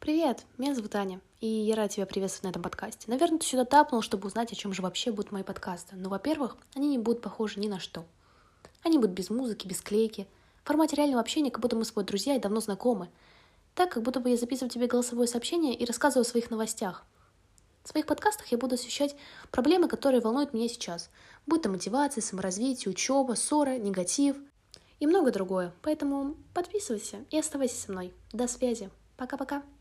Привет, меня зовут Аня, и я рада тебя приветствовать на этом подкасте. Наверное, ты сюда тапнул, чтобы узнать, о чем же вообще будут мои подкасты. Но, во-первых, они не будут похожи ни на что. Они будут без музыки, без клейки. В формате реального общения, как будто мы с тобой друзья и давно знакомы. Так, как будто бы я записываю тебе голосовое сообщение и рассказываю о своих новостях. В своих подкастах я буду освещать проблемы, которые волнуют меня сейчас. Будь то мотивация, саморазвитие, учеба, ссора, негатив и многое другое. Поэтому подписывайся и оставайся со мной. До связи. Пока-пока.